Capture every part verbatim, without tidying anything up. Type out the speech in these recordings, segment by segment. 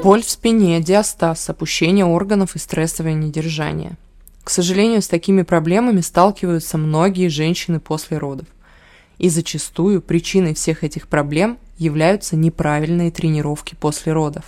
Боль в спине, диастаз, опущение органов и стрессовое недержание. К сожалению, с такими проблемами сталкиваются многие женщины после родов. И зачастую причиной всех этих проблем являются неправильные тренировки после родов.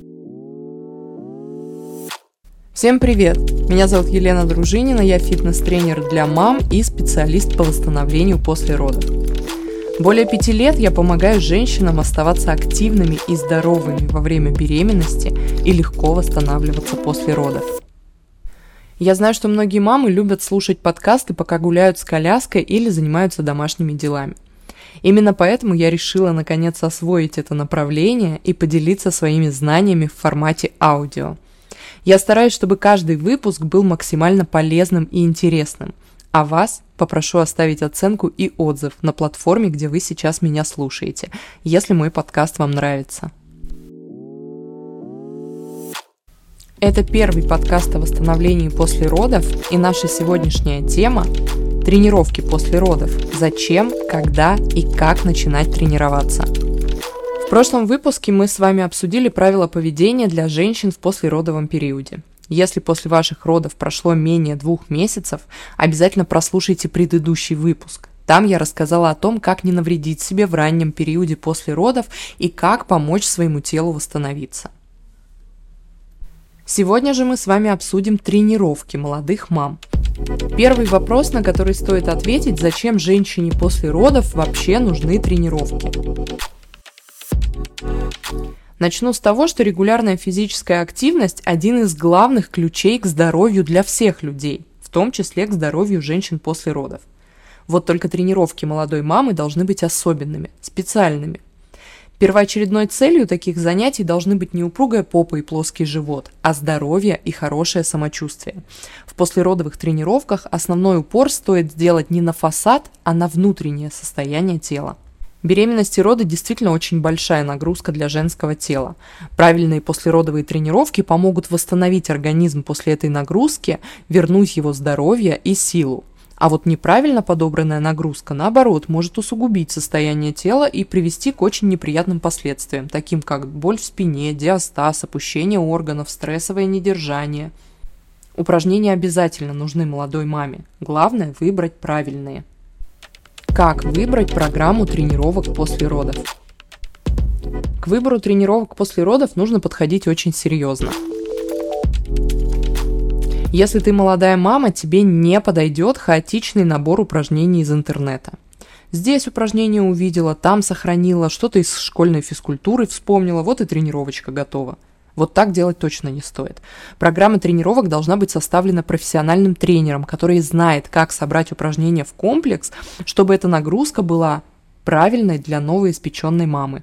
Всем привет! Меня зовут Елена Дружинина, я фитнес-тренер для мам и специалист по восстановлению после родов. Более пяти лет я помогаю женщинам оставаться активными и здоровыми во время беременности и легко восстанавливаться после родов. Я знаю, что многие мамы любят слушать подкасты, пока гуляют с коляской или занимаются домашними делами. Именно поэтому я решила наконец освоить это направление и поделиться своими знаниями в формате аудио. Я стараюсь, чтобы каждый выпуск был максимально полезным и интересным, а вас попрошу оставить оценку и отзыв на платформе, где вы сейчас меня слушаете, если мой подкаст вам нравится. Это первый подкаст о восстановлении после родов, и наша сегодняшняя тема – тренировки после родов. Зачем, когда и как начинать тренироваться. В прошлом выпуске мы с вами обсудили правила поведения для женщин в послеродовом периоде. Если после ваших родов прошло менее двух месяцев, обязательно прослушайте предыдущий выпуск. Там я рассказала о том, как не навредить себе в раннем периоде после родов и как помочь своему телу восстановиться. Сегодня же мы с вами обсудим тренировки молодых мам. Первый вопрос, на который стоит ответить, зачем женщине после родов вообще нужны тренировки. Начну с того, что регулярная физическая активность – один из главных ключей к здоровью для всех людей, в том числе к здоровью женщин после родов. Вот только тренировки молодой мамы должны быть особенными, специальными. Первоочередной целью таких занятий должны быть не упругая попа и плоский живот, а здоровье и хорошее самочувствие. В послеродовых тренировках основной упор стоит сделать не на фасад, а на внутреннее состояние тела. Беременность и роды действительно очень большая нагрузка для женского тела. Правильные послеродовые тренировки помогут восстановить организм после этой нагрузки, вернуть его здоровье и силу. А вот неправильно подобранная нагрузка, наоборот, может усугубить состояние тела и привести к очень неприятным последствиям, таким как боль в спине, диастаз, опущение органов, стрессовое недержание. Упражнения обязательно нужны молодой маме. Главное – выбрать правильные. Как выбрать программу тренировок после родов? К выбору тренировок после родов нужно подходить очень серьезно. Если ты молодая мама, тебе не подойдет хаотичный набор упражнений из интернета. Здесь упражнение увидела, там сохранила, что-то из школьной физкультуры вспомнила, вот и тренировочка готова. Вот так делать точно не стоит. Программа тренировок должна быть составлена профессиональным тренером, который знает, как собрать упражнения в комплекс, чтобы эта нагрузка была правильной для новоиспеченной мамы.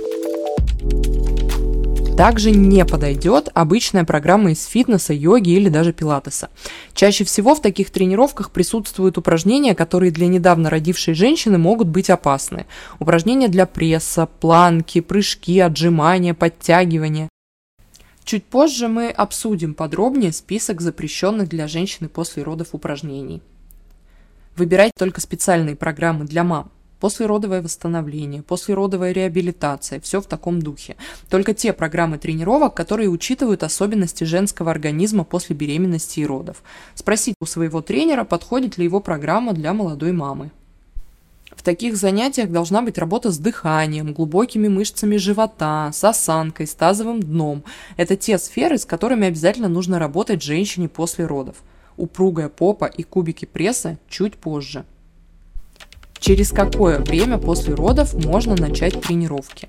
Также не подойдет обычная программа из фитнеса, йоги или даже пилатеса. Чаще всего в таких тренировках присутствуют упражнения, которые для недавно родившей женщины могут быть опасны. Упражнения для пресса, планки, прыжки, отжимания, подтягивания. Чуть позже мы обсудим подробнее список запрещенных для женщины после родов упражнений. Выбирайте только специальные программы для мам. Послеродовое восстановление, послеродовая реабилитация, все в таком духе. Только те программы тренировок, которые учитывают особенности женского организма после беременности и родов. Спросите у своего тренера, подходит ли его программа для молодой мамы. В таких занятиях должна быть работа с дыханием, глубокими мышцами живота, с осанкой, с тазовым дном. Это те сферы, с которыми обязательно нужно работать женщине после родов. Упругая попа и кубики пресса чуть позже. Через какое время после родов можно начать тренировки?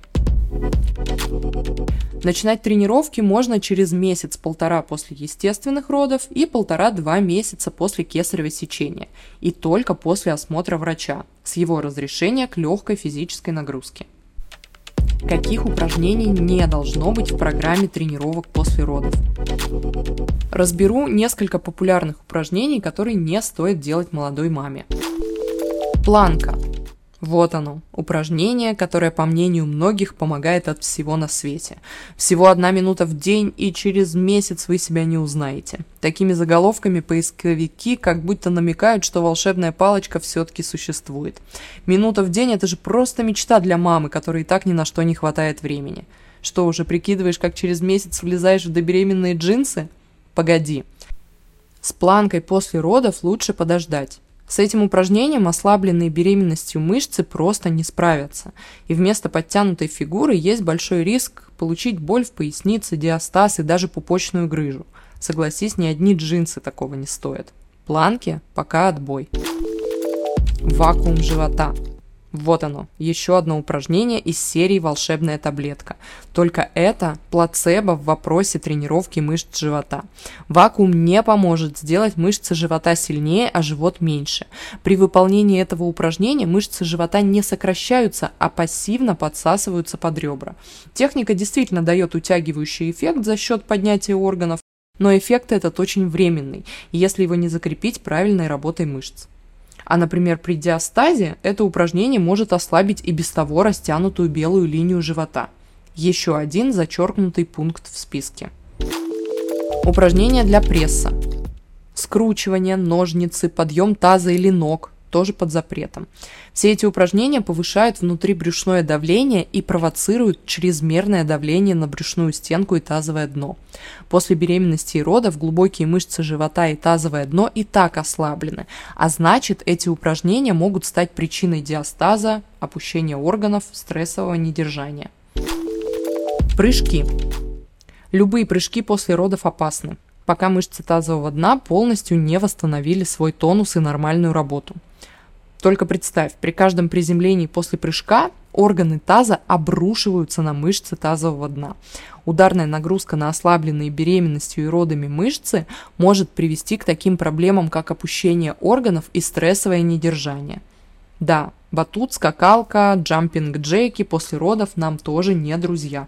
Начинать тренировки можно через месяц-полтора после естественных родов и полтора-два месяца после кесарево сечения, и только после осмотра врача, с его разрешения к легкой физической нагрузке. Каких упражнений не должно быть в программе тренировок после родов? Разберу несколько популярных упражнений, которые не стоит делать молодой маме. Планка. Вот оно, упражнение, которое, по мнению многих, помогает от всего на свете. Всего одна минута в день, и через месяц вы себя не узнаете. Такими заголовками поисковики как будто намекают, что волшебная палочка все-таки существует. Минута в день – это же просто мечта для мамы, которой и так ни на что не хватает времени. Что, уже прикидываешь, как через месяц влезаешь в добеременные джинсы? Погоди. С планкой после родов лучше подождать. С этим упражнением ослабленные беременностью мышцы просто не справятся, и вместо подтянутой фигуры есть большой риск получить боль в пояснице, диастаз и даже пупочную грыжу. Согласись, ни одни джинсы такого не стоят. Планки пока отбой. Вакуум живота. Вот оно, еще одно упражнение из серии «Волшебная таблетка». Только это плацебо в вопросе тренировки мышц живота. Вакуум не поможет сделать мышцы живота сильнее, а живот меньше. При выполнении этого упражнения мышцы живота не сокращаются, а пассивно подсасываются под ребра. Техника действительно дает утягивающий эффект за счет поднятия органов, но эффект этот очень временный, если его не закрепить правильной работой мышц. А, например, при диастазе это упражнение может ослабить и без того растянутую белую линию живота. Еще один зачеркнутый пункт в списке. Упражнения для пресса. Скручивание, ножницы, подъем таза или ног тоже под запретом. Все эти упражнения повышают внутрибрюшное давление и провоцируют чрезмерное давление на брюшную стенку и тазовое дно. После беременности и родов глубокие мышцы живота и тазовое дно и так ослаблены, а значит, эти упражнения могут стать причиной диастаза, опущения органов, стрессового недержания. Прыжки. Любые прыжки после родов опасны, пока мышцы тазового дна полностью не восстановили свой тонус и нормальную работу. Только представь, при каждом приземлении после прыжка органы таза обрушиваются на мышцы тазового дна. Ударная нагрузка на ослабленные беременностью и родами мышцы может привести к таким проблемам, как опущение органов и стрессовое недержание. Да, батут, скакалка, джампинг-джеки после родов нам тоже не друзья.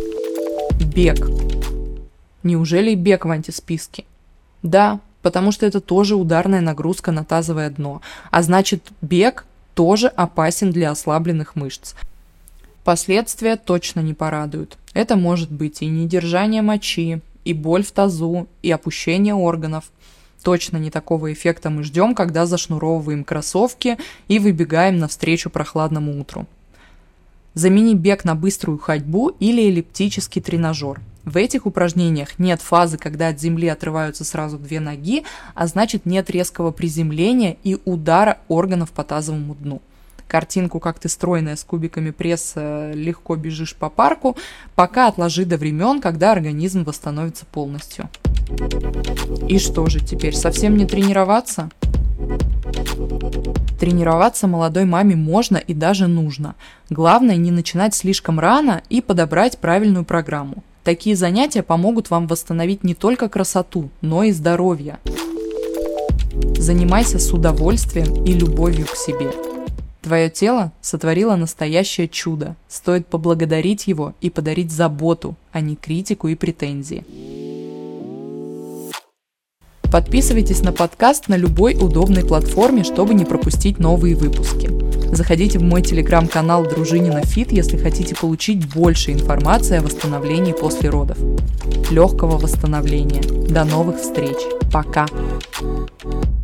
Бег. Неужели бег в антисписке? Да, потому что это тоже ударная нагрузка на тазовое дно, а значит, бег тоже опасен для ослабленных мышц. Последствия точно не порадуют. Это может быть и недержание мочи, и боль в тазу, и опущение органов. Точно не такого эффекта мы ждем, когда зашнуровываем кроссовки и выбегаем навстречу прохладному утру. Замени бег на быструю ходьбу или эллиптический тренажер. В этих упражнениях нет фазы, когда от земли отрываются сразу две ноги, а значит нет резкого приземления и удара органов по тазовому дну. Картинку, как ты стройная с кубиками пресса легко бежишь по парку, пока отложи до времен, когда организм восстановится полностью. И что же теперь, совсем не тренироваться? Тренироваться молодой маме можно и даже нужно. Главное не начинать слишком рано и подобрать правильную программу. Такие занятия помогут вам восстановить не только красоту, но и здоровье. Занимайся с удовольствием и любовью к себе. Твое тело сотворило настоящее чудо. Стоит поблагодарить его и подарить заботу, а не критику и претензии. Подписывайтесь на подкаст на любой удобной платформе, чтобы не пропустить новые выпуски. Заходите в мой телеграм-канал Дружинина Фит, если хотите получить больше информации о восстановлении после родов. Легкого восстановления. До новых встреч. Пока.